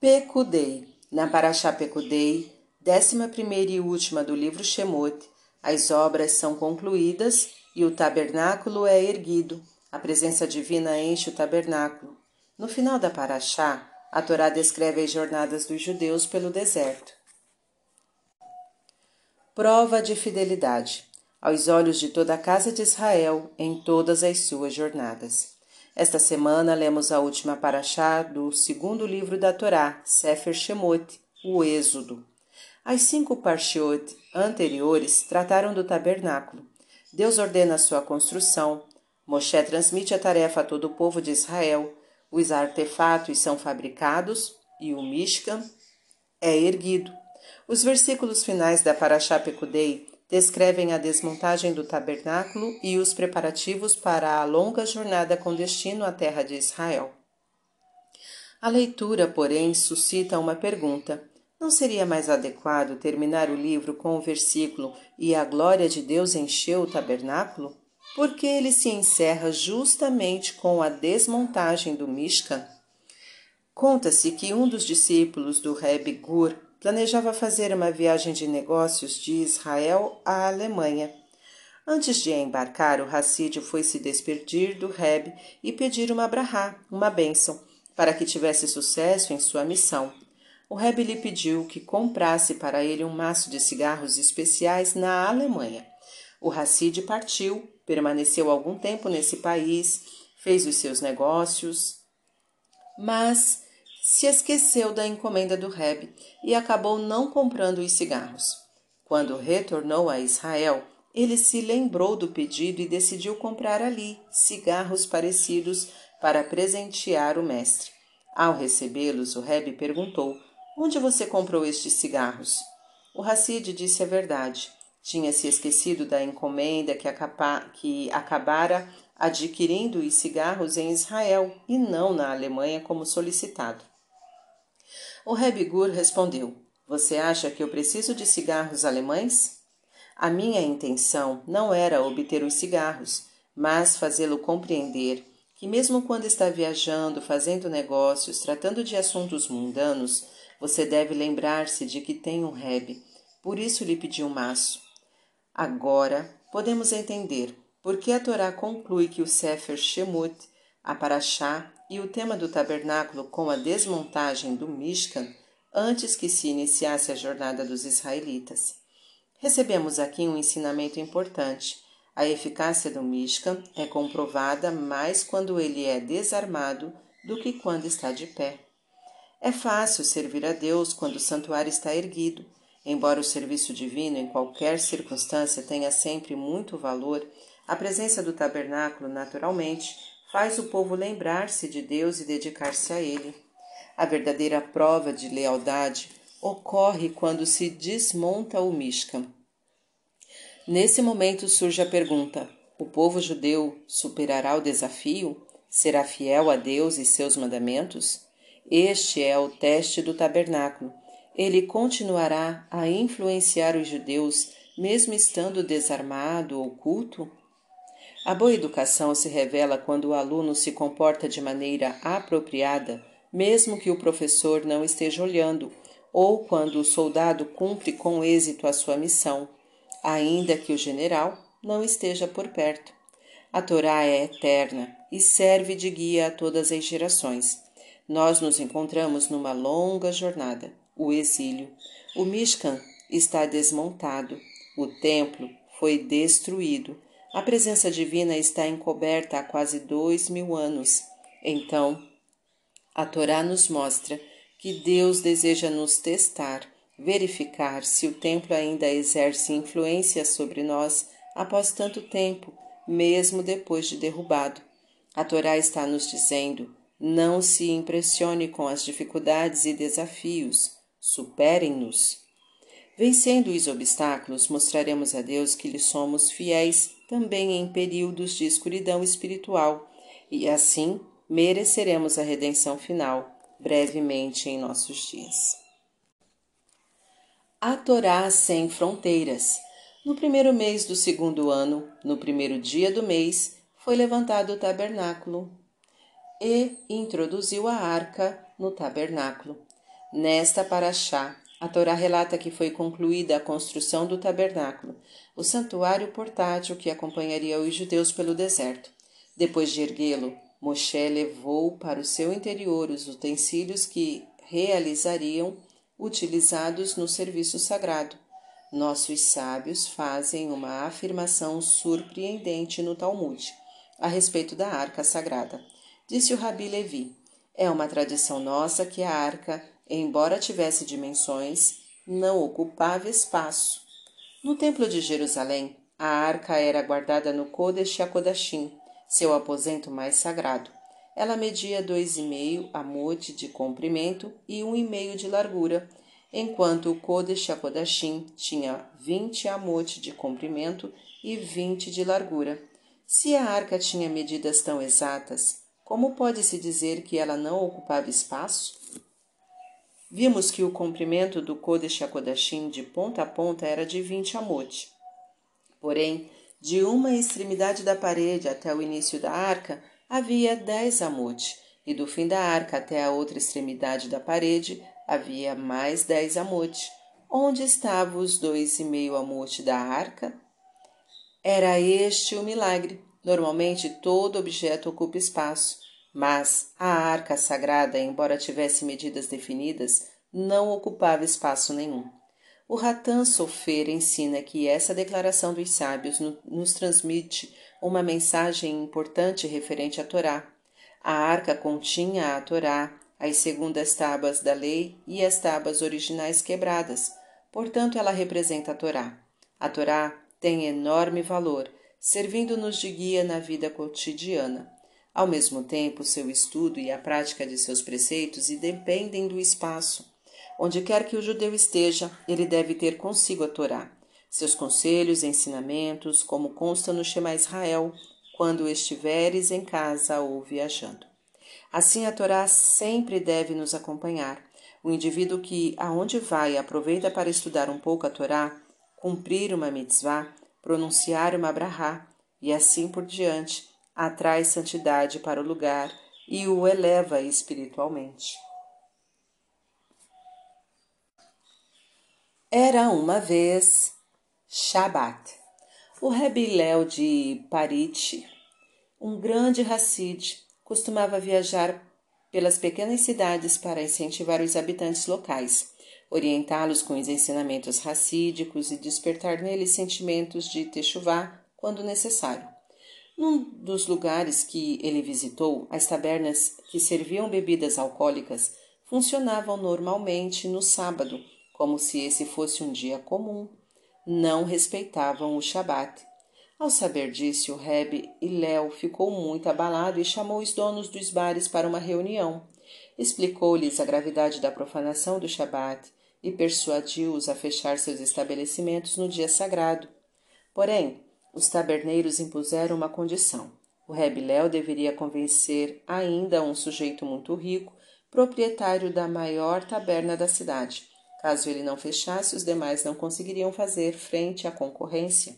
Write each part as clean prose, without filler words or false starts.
Pekudei. Na Parashá Pekudei, 11ª e última do livro Shemot, as obras são concluídas e o tabernáculo é erguido. A presença divina enche o tabernáculo. No final da Parashá, a Torá descreve as jornadas dos judeus pelo deserto. Prova de fidelidade aos olhos de toda a casa de Israel em todas as suas jornadas. Esta semana lemos a última Parashá do segundo livro da Torá, Sefer Shemot, o Êxodo. As 5 Parshiot anteriores trataram do tabernáculo. Deus ordena sua construção. Moshe transmite a tarefa a todo o povo de Israel. Os artefatos são fabricados e o Mishkan é erguido. Os versículos finais da Parashá Pekudei descrevem a desmontagem do tabernáculo e os preparativos para a longa jornada com destino à terra de Israel. A leitura, porém, suscita uma pergunta. Não seria mais adequado terminar o livro com o versículo "E a glória de Deus encheu o tabernáculo"? Porque ele se encerra justamente com a desmontagem do Mishkan. Conta-se que um dos discípulos do Rebbe Gur planejava fazer uma viagem de negócios de Israel à Alemanha. Antes de embarcar, o Hassídio foi se despedir do Rebbe e pedir uma brahá, uma bênção, para que tivesse sucesso em sua missão. O Rebbe lhe pediu que comprasse para ele um maço de cigarros especiais na Alemanha. O Hassídio partiu, permaneceu algum tempo nesse país, fez os seus negócios, mas se esqueceu da encomenda do Rebbe e acabou não comprando os cigarros. Quando retornou a Israel, ele se lembrou do pedido e decidiu comprar ali cigarros parecidos para presentear o mestre. Ao recebê-los, o Rebbe perguntou: "Onde você comprou estes cigarros?" O Hassídio disse a verdade. Tinha se esquecido da encomenda que acabara adquirindo os cigarros em Israel e não na Alemanha como solicitado. O Rebbe Gur respondeu: "Você acha que eu preciso de cigarros alemães? A minha intenção não era obter os cigarros, mas fazê-lo compreender que mesmo quando está viajando, fazendo negócios, tratando de assuntos mundanos, você deve lembrar-se de que tem um Rebbe. Por isso lhe pedi um maço." Agora podemos entender por que a Torá conclui que o Sefer Shemot, a Parashá e o tema do tabernáculo com a desmontagem do Mishkan antes que se iniciasse a jornada dos israelitas. Recebemos aqui um ensinamento importante. A eficácia do Mishkan é comprovada mais quando ele é desarmado do que quando está de pé. É fácil servir a Deus quando o santuário está erguido. Embora o serviço divino em qualquer circunstância tenha sempre muito valor, a presença do tabernáculo, naturalmente, faz o povo lembrar-se de Deus e dedicar-se a Ele. A verdadeira prova de lealdade ocorre quando se desmonta o Mishkan. Nesse momento surge a pergunta: o povo judeu superará o desafio? Será fiel a Deus e seus mandamentos? Este é o teste do tabernáculo. Ele continuará a influenciar os judeus, mesmo estando desarmado ou oculto? A boa educação se revela quando o aluno se comporta de maneira apropriada, mesmo que o professor não esteja olhando, ou quando o soldado cumpre com êxito a sua missão, ainda que o general não esteja por perto. A Torá é eterna e serve de guia a todas as gerações. Nós nos encontramos numa longa jornada, o exílio. O Mishkan está desmontado, o templo foi destruído. A presença divina está encoberta há quase 2000 anos. Então, a Torá nos mostra que Deus deseja nos testar, verificar se o templo ainda exerce influência sobre nós após tanto tempo, mesmo depois de derrubado. A Torá está nos dizendo: não se impressione com as dificuldades e desafios, superem-nos. Vencendo os obstáculos, mostraremos a Deus que lhe somos fiéis também em períodos de escuridão espiritual, e assim mereceremos a redenção final, brevemente em nossos dias. A Torá sem fronteiras. No primeiro mês do segundo ano, no primeiro dia do mês, foi levantado o tabernáculo e introduziu a arca no tabernáculo. Nesta paraxá, a Torá relata que foi concluída a construção do tabernáculo, o santuário portátil que acompanharia os judeus pelo deserto. Depois de erguê-lo, Moshe levou para o seu interior os utensílios que realizariam utilizados no serviço sagrado. Nossos sábios fazem uma afirmação surpreendente no Talmud a respeito da arca sagrada. Disse o Rabi Levi: é uma tradição nossa que a arca, embora tivesse dimensões, não ocupava espaço. No Templo de Jerusalém, a arca era guardada no Kodesh HaKodashim, seu aposento mais sagrado. Ela media 2,5 amot de comprimento e 1,5 de largura, enquanto o Kodesh HaKodashim tinha 20 amot de comprimento e 20 de largura. Se a arca tinha medidas tão exatas, como pode-se dizer que ela não ocupava espaço? Vimos que o comprimento do Kodesh HaKodashim de ponta a ponta era de 20 amot. Porém, de uma extremidade da parede até o início da arca havia 10 amot, e do fim da arca até a outra extremidade da parede havia mais 10 amot. Onde estavam os 2,5 amot da arca? Era este o milagre. Normalmente todo objeto ocupa espaço, mas a arca sagrada, embora tivesse medidas definidas, não ocupava espaço nenhum. O Ratan Sofer ensina que essa declaração dos sábios nos transmite uma mensagem importante referente à Torá. A arca continha a Torá, as segundas tábuas da lei e as tábuas originais quebradas, portanto ela representa a Torá. A Torá tem enorme valor, servindo-nos de guia na vida cotidiana. Ao mesmo tempo, seu estudo e a prática de seus preceitos independem do espaço. Onde quer que o judeu esteja, ele deve ter consigo a Torá, seus conselhos e ensinamentos, como consta no Shema Israel, quando estiveres em casa ou viajando. Assim, a Torá sempre deve nos acompanhar. O indivíduo que, aonde vai, aproveita para estudar um pouco a Torá, cumprir uma mitzvah, pronunciar uma brahá e assim por diante, atrai santidade para o lugar e o eleva espiritualmente. Era uma vez Shabat. O Rebbe Léo de Parit, um grande Hassid, costumava viajar pelas pequenas cidades para incentivar os habitantes locais, orientá-los com os ensinamentos racídicos e despertar neles sentimentos de techuvá quando necessário. Num dos lugares que ele visitou, as tabernas que serviam bebidas alcoólicas funcionavam normalmente no sábado, como se esse fosse um dia comum. Não respeitavam o Shabat. Ao saber disso, o Rebbe Hillel ficou muito abalado e chamou os donos dos bares para uma reunião. Explicou-lhes a gravidade da profanação do Shabat e persuadiu-os a fechar seus estabelecimentos no dia sagrado. Porém, os taberneiros impuseram uma condição. O Rebbe Hillel deveria convencer ainda um sujeito muito rico, proprietário da maior taberna da cidade. Caso ele não fechasse, os demais não conseguiriam fazer frente à concorrência.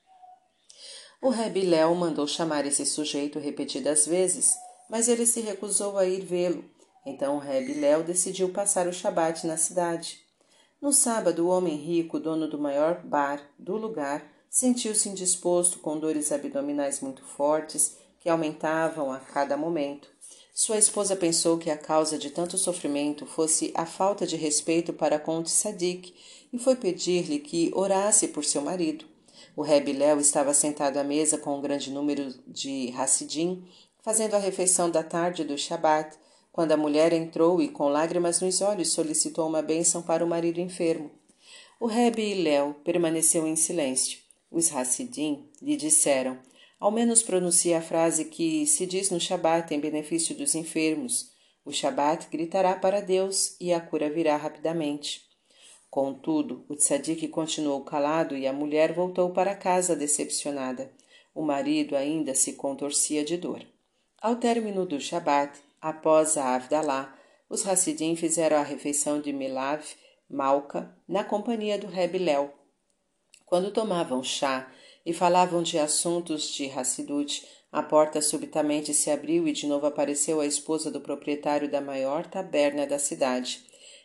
O Rebbe Hillel mandou chamar esse sujeito repetidas vezes, mas ele se recusou a ir vê-lo. Então o Rebbe Hillel decidiu passar o Shabat na cidade. No sábado, o homem rico, dono do maior bar do lugar, sentiu-se indisposto com dores abdominais muito fortes que aumentavam a cada momento. Sua esposa pensou que a causa de tanto sofrimento fosse a falta de respeito para com o tzadik e foi pedir-lhe que orasse por seu marido. O Rebbe Hillel estava sentado à mesa com um grande número de Hassidim, fazendo a refeição da tarde do Shabat, quando a mulher entrou e, com lágrimas nos olhos, solicitou uma bênção para o marido enfermo. O Rebbe Hillel permaneceu em silêncio. Os Hassidim lhe disseram: ao menos pronuncie a frase que se diz no Shabat em benefício dos enfermos. O Shabat gritará para Deus e a cura virá rapidamente. Contudo, o tzadik continuou calado e a mulher voltou para casa decepcionada. O marido ainda se contorcia de dor. Ao término do Shabat, após a Havdalah, os Hassidim fizeram a refeição de Milav, Malka, na companhia do Rebbe Hillel. Quando tomavam chá e falavam de assuntos de Hassidut, a porta subitamente se abriu e de novo apareceu a esposa do proprietário da maior taberna da cidade.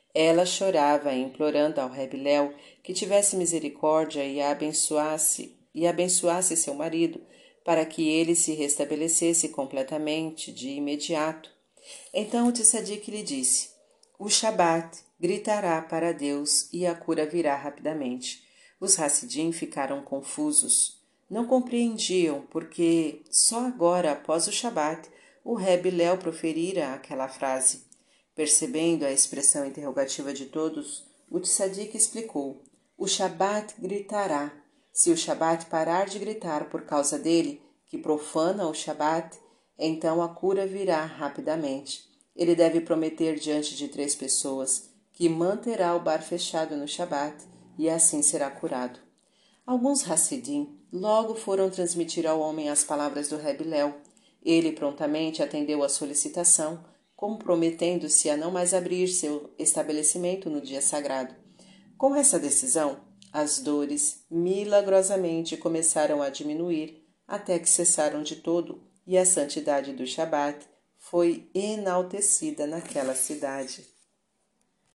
Ela chorava, implorando ao Reb Léu que tivesse misericórdia e abençoasse seu marido, para que ele se restabelecesse completamente, de imediato. Então o Tsadik lhe disse: o Shabat gritará para Deus e a cura virá rapidamente. Os Hassidim ficaram confusos. Não compreendiam porque só agora, após o Shabat, o Reb Léu proferira aquela frase. Percebendo a expressão interrogativa de todos, o Tsadik explicou: o Shabat gritará. Se o Shabat parar de gritar por causa dele, que profana o Shabat, então a cura virá rapidamente. Ele deve prometer diante de 3 pessoas que manterá o bar fechado no Shabat e assim será curado. Alguns Hassidim logo foram transmitir ao homem as palavras do Reb Léu. Ele prontamente atendeu à solicitação, comprometendo-se a não mais abrir seu estabelecimento no dia sagrado. Com essa decisão, as dores milagrosamente começaram a diminuir até que cessaram de todo e a santidade do Shabat foi enaltecida naquela cidade.